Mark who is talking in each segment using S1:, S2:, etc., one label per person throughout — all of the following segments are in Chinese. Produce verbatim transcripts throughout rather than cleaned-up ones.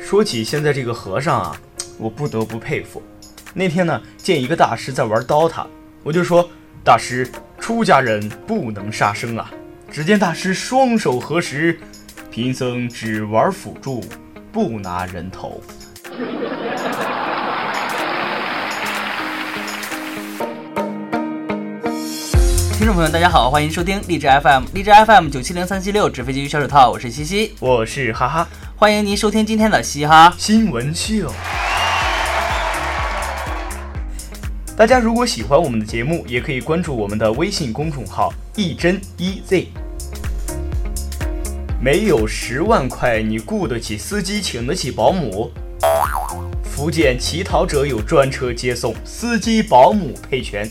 S1: 说起现在这个和尚啊，我不得不佩服。那天呢，见一个大师在玩刀塔，我就说：“大师，出家人不能杀生啊。”只见大师双手合十，贫僧只玩辅助，不拿人头。
S2: 听众朋友大家好，欢迎收听荔枝 F M 荔枝 F M 九七零三七六纸飞机小手套，我是西西，
S1: 我是哈哈，
S2: 欢迎您收听今天的嘻哈
S1: 新闻秀。大家如果喜欢我们的节目，也可以关注我们的微信公众号一真一 Z。 没有十万块，你雇得起司机，请得起保姆？福建乞讨者有专车接送，司机保姆配全。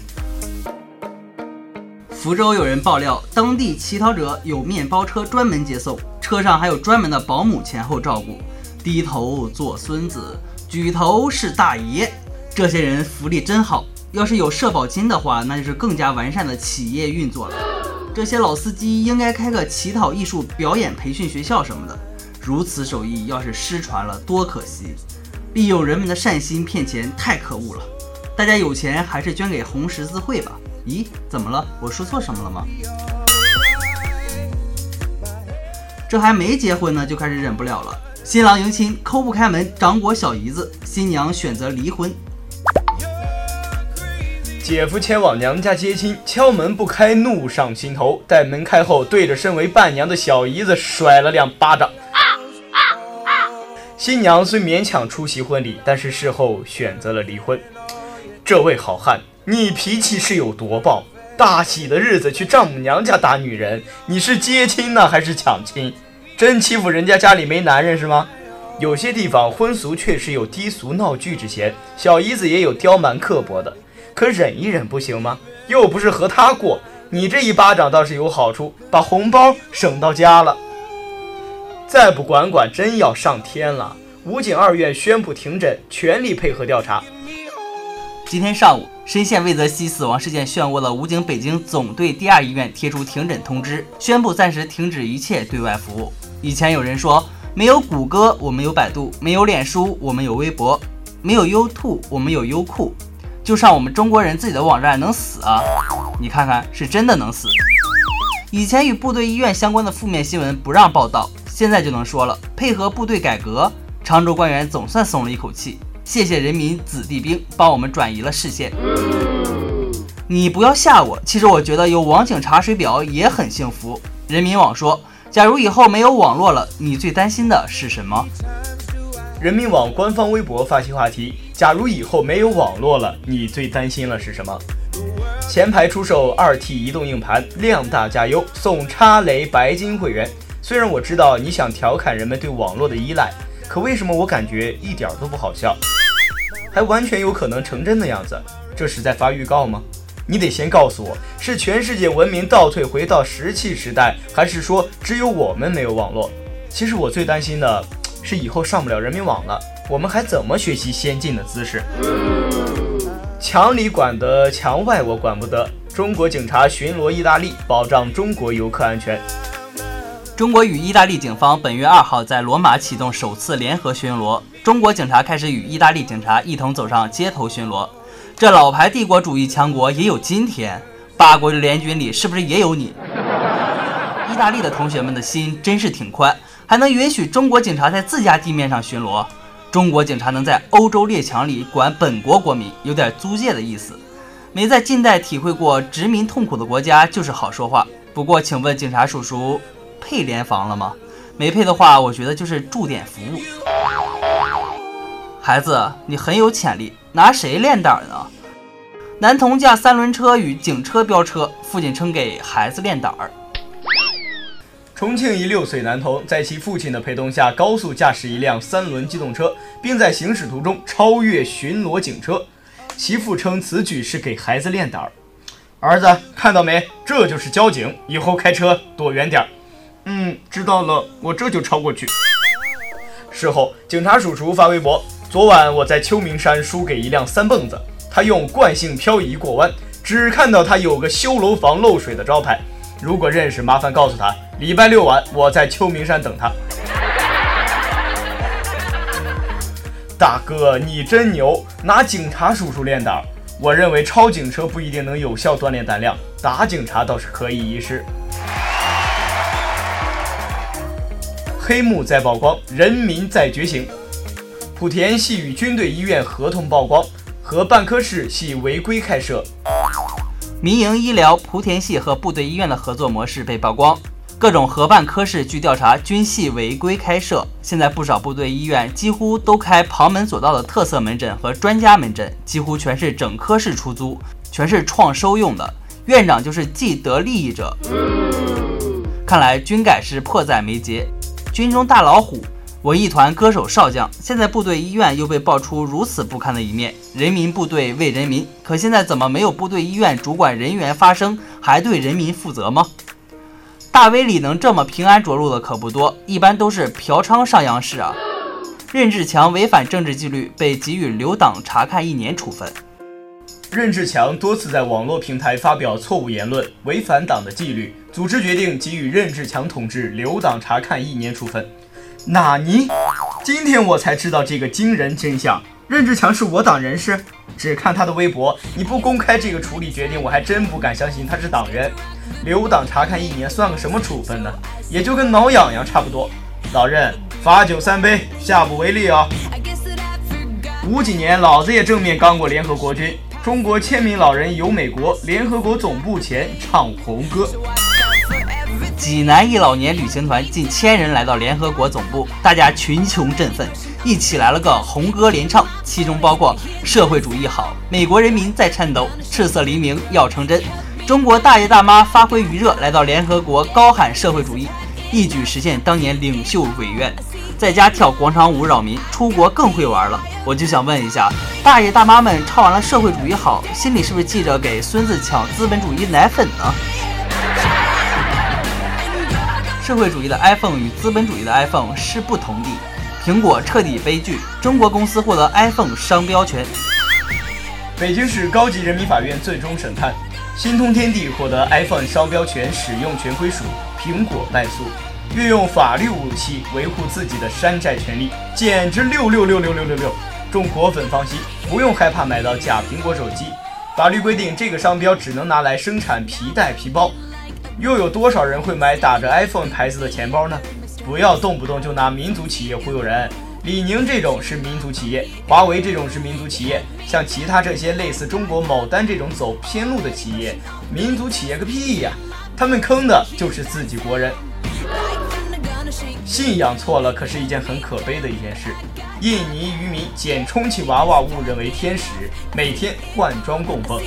S2: 福州有人爆料，当地乞讨者有面包车专门接送，车上还有专门的保姆前后照顾。低头做孙子，举头是大爷，这些人福利真好。要是有社保金的话，那就是更加完善的企业运作了。这些老司机应该开个乞讨艺术表演培训学校什么的，如此手艺要是失传了多可惜。利用人们的善心骗钱太可恶了，大家有钱还是捐给红十字会吧。咦，怎么了？我说错什么了吗？这还没结婚呢，就开始忍不了了。新郎迎亲抠不开门，掌掴小姨子，新娘选择离婚。
S1: 姐夫前往娘家接亲，敲门不开，怒上心头。待门开后，对着身为伴娘的小姨子甩了两巴掌。新娘虽勉强出席婚礼，但是事后选择了离婚。这位好汉，你脾气是有多暴？大喜的日子去丈母娘家打女人，你是接亲呢还是抢亲？真欺负人家家里没男人是吗？有些地方婚俗确实有低俗闹剧之嫌，小姨子也有刁蛮刻薄的，可忍一忍不行吗？又不是和他过，你这一巴掌倒是有好处，把红包省到家了。再不管管真要上天了。武警二院宣布停诊，全力配合调查。
S2: 今天上午，深陷魏则西死亡事件漩涡的武警北京总队第二医院贴出停诊通知，宣布暂时停止一切对外服务。以前有人说，没有谷歌我们有百度，没有脸书我们有微博，没有优兔我们有优酷，就上我们中国人自己的网站能死啊？你看看，是真的能死。以前与部队医院相关的负面新闻不让报道，现在就能说了。配合部队改革，常州官员总算松了一口气，谢谢人民子弟兵帮我们转移了视线。你不要吓我，其实我觉得有网警查水表也很幸福。人民网说，假如以后没有网络了，你最担心的是什么？
S1: 人民网官方微博发起话题，假如以后没有网络了，你最担心了是什么？前排出售 二 T 移动硬盘，量大加优，送插雷白金会员。虽然我知道你想调侃人们对网络的依赖，可为什么我感觉一点都不好笑，还完全有可能成真的样子？这是在发预告吗？你得先告诉我，是全世界文明倒退回到石器时代，还是说只有我们没有网络？其实我最担心的是以后上不了人民网了，我们还怎么学习先进的姿势？墙里管得，墙外我管不得。中国警察巡逻意大利，保障中国游客安全。
S2: 中国与意大利警方本月二号在罗马启动首次联合巡逻，中国警察开始与意大利警察一同走上街头巡逻。这老牌帝国主义强国也有今天，八国联军里是不是也有你？意大利的同学们的心真是挺宽，还能允许中国警察在自家地面上巡逻。中国警察能在欧洲列强里管本国国民，有点租界的意思。没在近代体会过殖民痛苦的国家就是好说话。不过请问警察叔叔，配联防了吗？没配的话，我觉得就是驻点服务。孩子，你很有潜力，拿谁练胆呢？男童驾三轮车与警车飙车，父亲称给孩子练胆儿。
S1: 重庆一六岁男童在其父亲的陪同下高速驾驶一辆三轮机动车，并在行驶途中超越巡逻警车。其父称此举是给孩子练胆儿。儿子，看到没？这就是交警，以后开车躲远点。嗯，知道了，我这就超过去。事后，警察叔叔发微博：昨晚我在秋名山输给一辆三蹦子，他用惯性漂移过弯，只看到他有个修楼房漏水的招牌。如果认识，麻烦告诉他，礼拜六晚我在秋名山等他。 大哥你真牛，拿警察叔叔练胆。我认为超警车不一定能有效锻炼胆量，打警察倒是可以一试。黑幕在曝光，人民在觉醒。莆田系与军队医院合同曝光，和办科室系违规开设。
S2: 民营医疗莆田系和部队医院的合作模式被曝光，各种合办科室据调查均系违规开设。现在不少部队医院几乎都开旁门左道的特色门诊和专家门诊，几乎全是整科室出租，全是创收用的，院长就是既得利益者。看来军改是迫在眉睫。军中大老虎，文艺团歌手少将，现在部队医院又被爆出如此不堪的一面。人民部队为人民，可现在怎么没有部队医院主管人员发声，还对人民负责吗？大 V 里能这么平安着陆的可不多，一般都是嫖娼上央视啊。任志强违反政治纪律，被给予留党察看一年处分。
S1: 任志强多次在网络平台发表错误言论，违反党的纪律，组织决定给予任志强同志留党察看一年处分。纳尼？今天我才知道这个惊人真相。任志强是我党人士，只看他的微博，你不公开这个处理决定，我还真不敢相信他是党员。留党察看一年算个什么处分呢？也就跟挠痒痒差不多。老任，罚酒三杯，下不为例啊。五几年，老子也正面刚过联合国军。中国千名老人游美国，联合国总部前唱红歌。
S2: 济南一老年旅行团近千人来到联合国总部，大家群雄振奋，一起来了个红歌联唱，其中包括社会主义好，美国人民在颤抖，赤色黎明要成真。中国大爷大妈发挥余热，来到联合国高喊社会主义，一举实现当年领袖伟愿。在家跳广场舞扰民，出国更会玩了。我就想问一下，大爷大妈们唱完了社会主义好，心里是不是记着给孙子抢资本主义奶粉呢？社会主义的 iPhone 与资本主义的 iPhone 是不同的，苹果彻底悲剧，中国公司获得 iPhone 商标权。
S1: 北京市高级人民法院最终审判，新通天地获得 iPhone 商标权使用权归属，苹果败诉。运用法律武器维护自己的山寨权利，简直六六六六六六六！众果粉放心，不用害怕买到假苹果手机。法律规定，这个商标只能拿来生产皮带、皮包。又有多少人会买打着 iPhone 牌子的钱包呢？不要动不动就拿民族企业忽悠人。李宁这种是民族企业，华为这种是民族企业，像其他这些类似中国某单这种走偏路的企业，民族企业个屁呀！他们坑的就是自己国人。信仰错了，可是一件很可悲的一件事。印尼渔民捡充气娃娃误认为天使，每天换装供奉。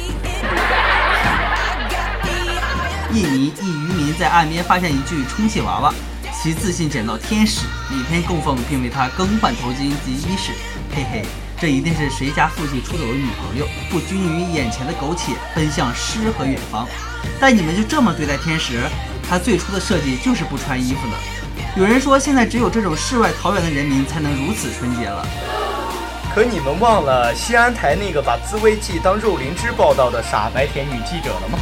S2: 印尼一渔民在岸边发现一具充气娃娃，其自信捡到天使，每天供奉并为他更换头巾及衣饰。嘿嘿，这一定是谁家父亲出走的女朋友，不拘泥于眼前的苟且，奔向诗和远方。但你们就这么对待天使？他最初的设计就是不穿衣服的。有人说，现在只有这种世外桃源的人民才能如此纯洁了。
S1: 可你们忘了西安台那个把自慰剂当肉灵芝报道的傻白甜女记者了吗？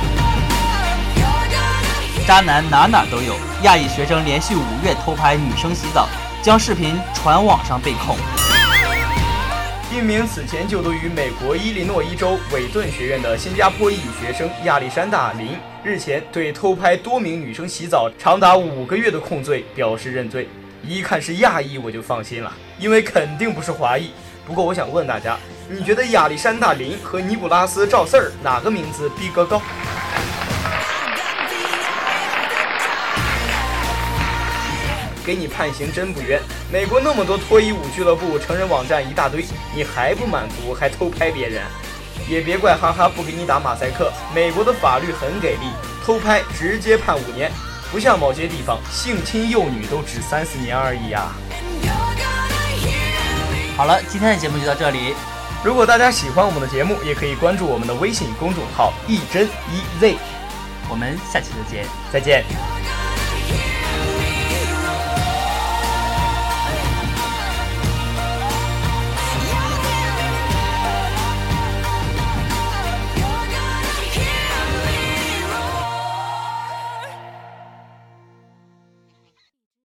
S2: 渣男哪哪都有，亚裔学生连续五月偷拍女生洗澡，将视频传网上被控。
S1: 一名此前就读于美国伊利诺伊州韦顿学院的新加坡裔学生亚历山大·林日前对偷拍多名女生洗澡长达五个月的控罪表示认罪。一看是亚裔我就放心了，因为肯定不是华裔。不过我想问大家，你觉得亚历山大·林和尼古拉斯·赵四儿哪个名字逼格高？给你判刑真不冤。美国那么多脱衣舞俱乐部、成人网站一大堆，你还不满足，还偷拍别人？也别怪哈哈不给你打马赛克，美国的法律很给力，偷拍直接判五年，不像某些地方性侵幼女都只三四年而已啊。
S2: 好了，今天的节目就到这里。
S1: 如果大家喜欢我们的节目，也可以关注我们的微信公众号一真一 Z。
S2: 我们下期再见，
S1: 再见。